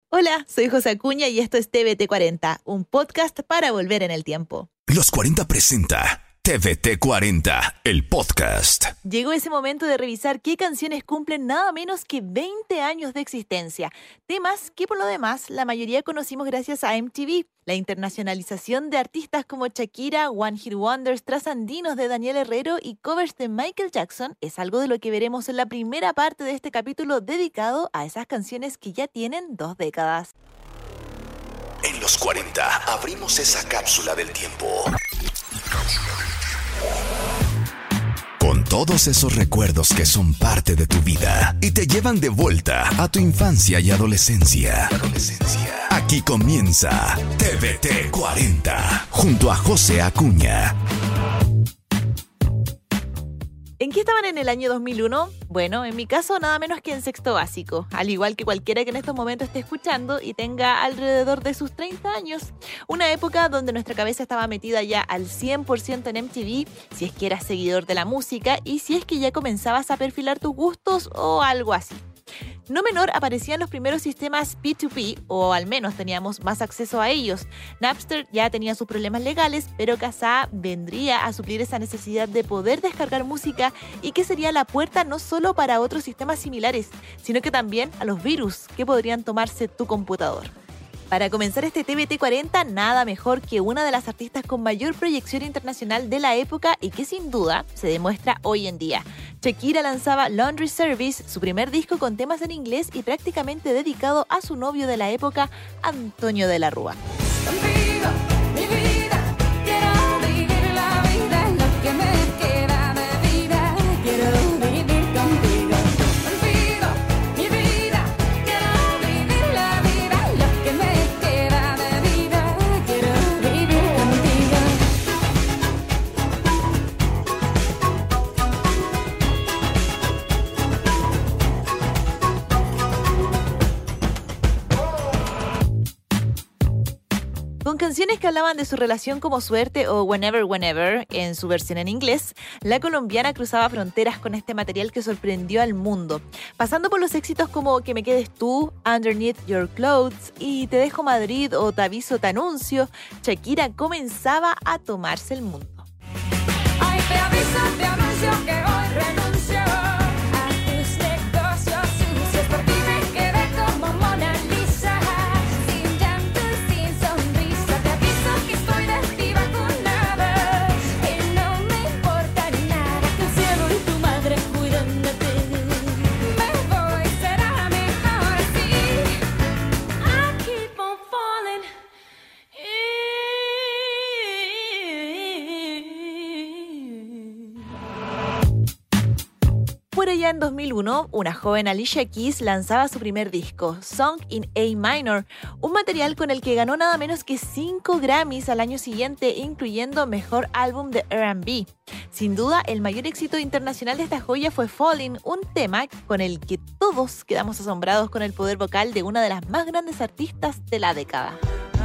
Hola, soy José Acuña y esto es TVT 40, un podcast para volver en el tiempo. Los 40 presenta TVT 40, el podcast. Llegó ese momento de revisar qué canciones cumplen nada menos que 20 años de existencia. Temas que por lo demás la mayoría conocimos gracias a MTV. La internacionalización de artistas como Shakira, One Hit Wonders, trasandinos de Daniel Herrero y covers de Michael Jackson es algo de lo que veremos en la primera parte de este capítulo dedicado a esas canciones que ya tienen 2 décadas. En los 40 abrimos esa cápsula del tiempo. Con todos esos recuerdos que son parte de tu vida y te llevan de vuelta a tu infancia y adolescencia. Aquí comienza TVT 40 junto a José Acuña. ¿En qué estaban en el año 2001? Bueno, en mi caso nada menos que en sexto básico, al igual que cualquiera que en estos momentos esté escuchando y tenga alrededor de sus 30 años. Una época donde nuestra cabeza estaba metida ya al 100% en MTV, si es que eras seguidor de la música y si es que ya comenzabas a perfilar tus gustos o algo así. No menor aparecían los primeros sistemas P2P, o al menos teníamos más acceso a ellos. Napster ya tenía sus problemas legales, pero Kazaa vendría a suplir esa necesidad de poder descargar música y que sería la puerta no solo para otros sistemas similares, sino que también a los virus que podrían tomarse tu computador. Para comenzar este TVT 40, nada mejor que una de las artistas con mayor proyección internacional de la época y que sin duda se demuestra hoy en día. Shakira lanzaba Laundry Service, su primer disco con temas en inglés y prácticamente dedicado a su novio de la época, Antonio de la Rúa. Contigo, mi vida, quiero vivir la vida, lo que me queda de vida, quiero vivir contigo. Contigo, mi vida, quiero vivir la vida, lo que me queda de vida, quiero vivir contigo. Con canciones que hablaban de su relación como suerte o Whenever, Whenever, en su versión en inglés, la colombiana cruzaba fronteras con este material que sorprendió al mundo. Pasando por los éxitos como Que me quedes tú, Underneath Your Clothes y Te dejo Madrid o Te aviso, te anuncio, Shakira comenzaba a tomarse el mundo. Ay, te aviso, te anuncio que hoy renuncio a tus negocios sucios. Por ti me quedé como Mona Lisa, sin llanto y sin sonrisa. Te aviso que estoy de ti vacunada, que no me importa nada, que el cielo y tu madre cuidan de ti. Me voy, será mejor así. I keep on falling. Por allá en 2001, una joven Alicia Keys lanzaba su primer disco, Song in A Minor, un material con el que ganó nada menos que 5 Grammys al año siguiente, incluyendo Mejor Álbum de R&B. Sin duda, el mayor éxito internacional de esta joya fue Falling, un tema con el que todos quedamos asombrados con el poder vocal de una de las más grandes artistas de la década.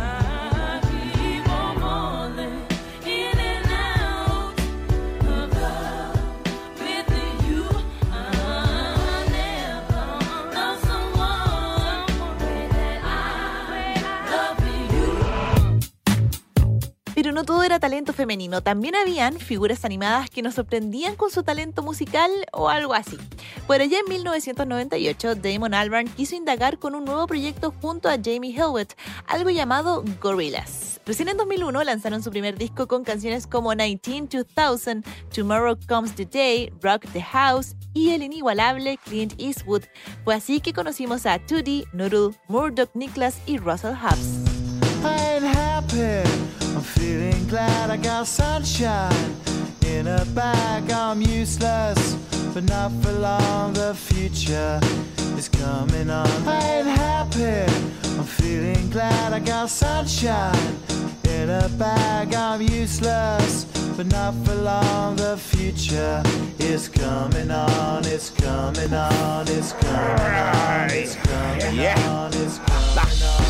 Pero no todo era talento femenino, también habían figuras animadas que nos sorprendían con su talento musical o algo así. Por allá en 1998, Damon Albarn quiso indagar con un nuevo proyecto junto a Jamie Hewlett, algo llamado Gorillaz. Recién en 2001 lanzaron su primer disco con canciones como 19-2000, Tomorrow Comes the Day, Rock the House y el inigualable Clint Eastwood. Fue así que conocimos a 2D, Noodle, Murdoch Niklas y Russell Hobbs. I ain't happy, I'm feeling glad I got sunshine in a bag. I'm useless, but not for long, the future is coming on. I ain't happy, I'm feeling glad I got sunshine in a bag. I'm useless, but not for long, the future is coming on. It's coming on, it's coming on, it's coming on, it's coming on.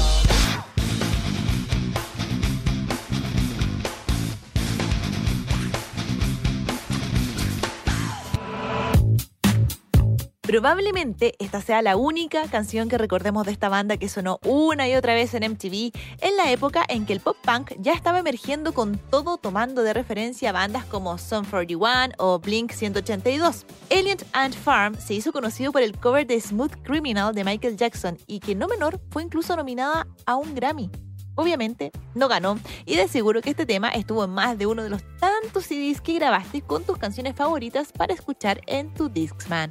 Probablemente esta sea la única canción que recordemos de esta banda que sonó una y otra vez en MTV en la época en que el pop punk ya estaba emergiendo con todo, tomando de referencia a bandas como Sum 41 o Blink 182. Elliott and Farm se hizo conocido por el cover de Smooth Criminal de Michael Jackson y que no menor fue incluso nominada a un Grammy. Obviamente no ganó y de seguro que este tema estuvo en más de uno de los tantos CDs que grabaste con tus canciones favoritas para escuchar en tu Discman.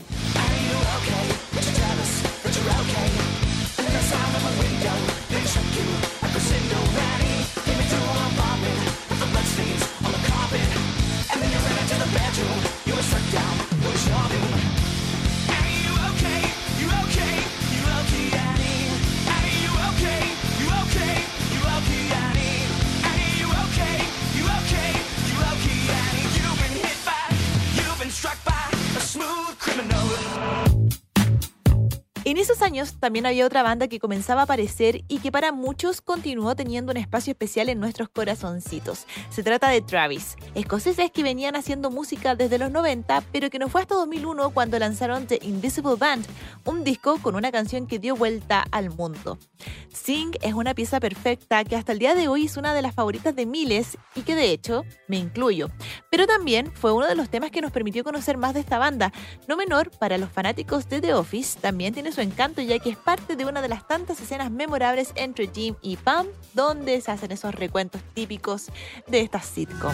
En esos años también había otra banda que comenzaba a aparecer y que para muchos continuó teniendo un espacio especial en nuestros corazoncitos. Se trata de Travis, escoceses que venían haciendo música desde los 90, pero que no fue hasta 2001 cuando lanzaron The Invisible Band, un disco con una canción que dio vuelta al mundo. Sing es una pieza perfecta que hasta el día de hoy es una de las favoritas de miles y que de hecho me incluyo. Pero también fue uno de los temas que nos permitió conocer más de esta banda. No menor, para los fanáticos de The Office, también tiene su encanto ya que es parte de una de las tantas escenas memorables entre Jim y Pam, donde se hacen esos recuentos típicos de estas sitcoms.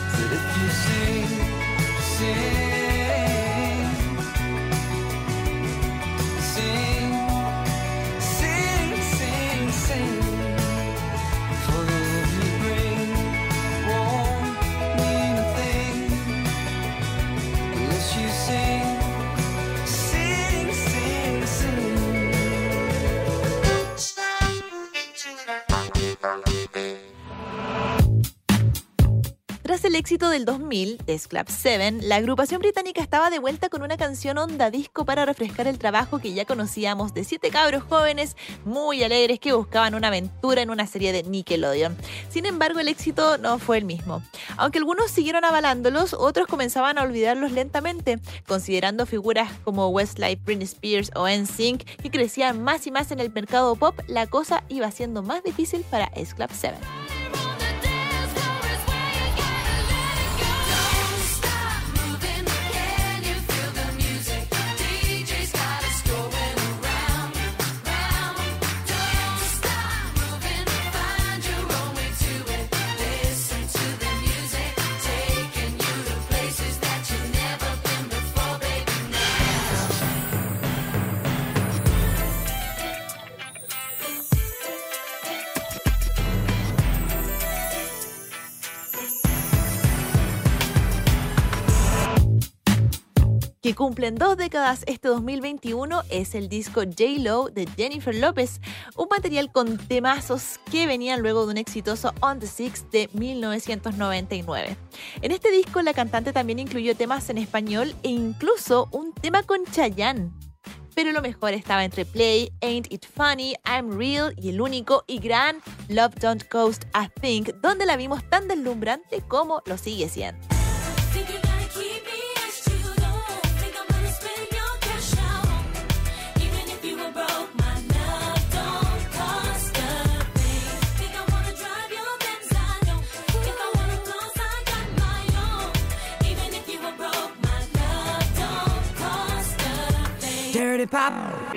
Tras el éxito del 2000 de Club 7, la agrupación británica estaba de vuelta con una canción onda disco para refrescar el trabajo que ya conocíamos de 7 cabros jóvenes muy alegres que buscaban una aventura en una serie de Nickelodeon. Sin embargo, el éxito no fue el mismo. Aunque algunos siguieron avalándolos, otros comenzaban a olvidarlos lentamente, considerando figuras como Westlife, Britney Spears o NSYNC que crecían más y más en el mercado pop. La cosa iba siendo más difícil para Club 7. Que cumplen 2 décadas este 2021 es el disco J-Lo de Jennifer López, un material con temazos que venían luego de un exitoso On the Six de 1999. En este disco la cantante también incluyó temas en español e incluso un tema con Chayanne. Pero lo mejor estaba entre Play, Ain't It Funny, I'm Real y el único y gran Love Don't Cost a Thing, donde la vimos tan deslumbrante como lo sigue siendo. Dirty Pop.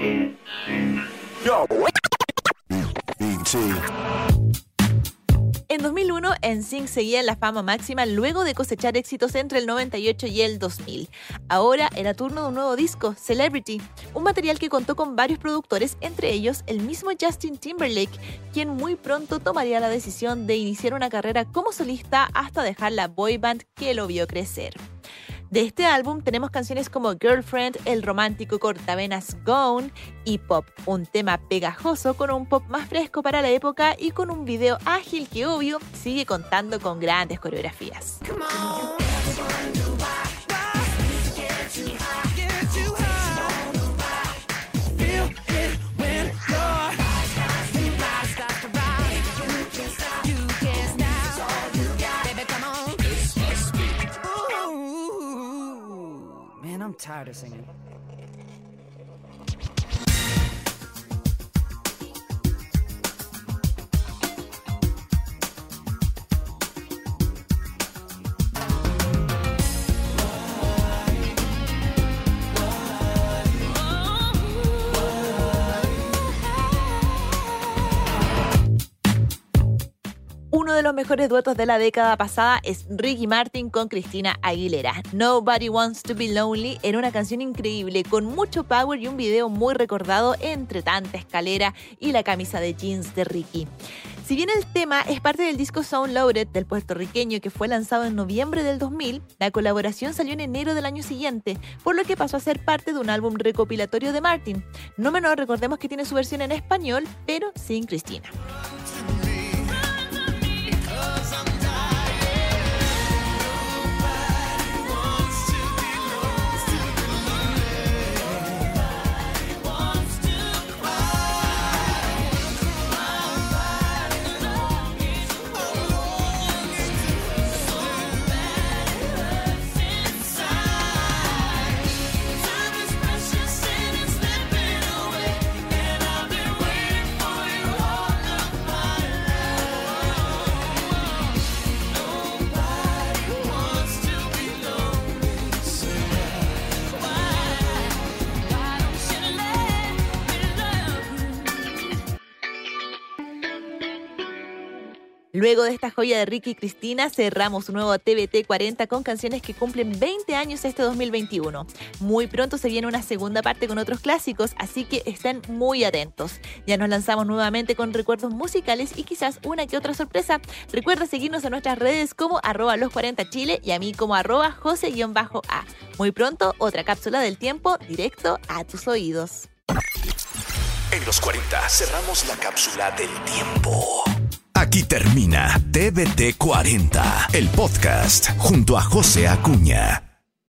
En 2001, NSYNC seguía en la fama máxima luego de cosechar éxitos entre el 98 y el 2000. Ahora era turno de un nuevo disco, Celebrity, un material que contó con varios productores, entre ellos el mismo Justin Timberlake, quien muy pronto tomaría la decisión de iniciar una carrera como solista hasta dejar la boy band que lo vio crecer. De este álbum tenemos canciones como Girlfriend, el romántico cortavenas Gone y Pop, un tema pegajoso con un pop más fresco para la época y con un video ágil que obvio sigue contando con grandes coreografías. I'm tired of singing. uno de los mejores duetos de la década pasada es Ricky Martin con Christina Aguilera. Nobody Wants to Be Lonely era una canción increíble, con mucho power y un video muy recordado entre tanta escalera y la camisa de jeans de Ricky. Si bien el tema es parte del disco Sound Loaded del puertorriqueño que fue lanzado en noviembre del 2000, la colaboración salió en enero del año siguiente, por lo que pasó a ser parte de un álbum recopilatorio de Martin. No menos recordemos que tiene su versión en español, pero sin Christina. Luego de esta joya de Ricky y Christina, cerramos un nuevo TBT 40 con canciones que cumplen 20 años este 2021. Muy pronto se viene una segunda parte con otros clásicos, así que estén muy atentos. Ya nos lanzamos nuevamente con recuerdos musicales y quizás una que otra sorpresa. Recuerda seguirnos en nuestras redes como @los40chile y a mí como @jose_a. Muy pronto, otra cápsula del tiempo directo a tus oídos. En los 40 cerramos la cápsula del tiempo. Aquí termina TBT 40, el podcast junto a José Acuña.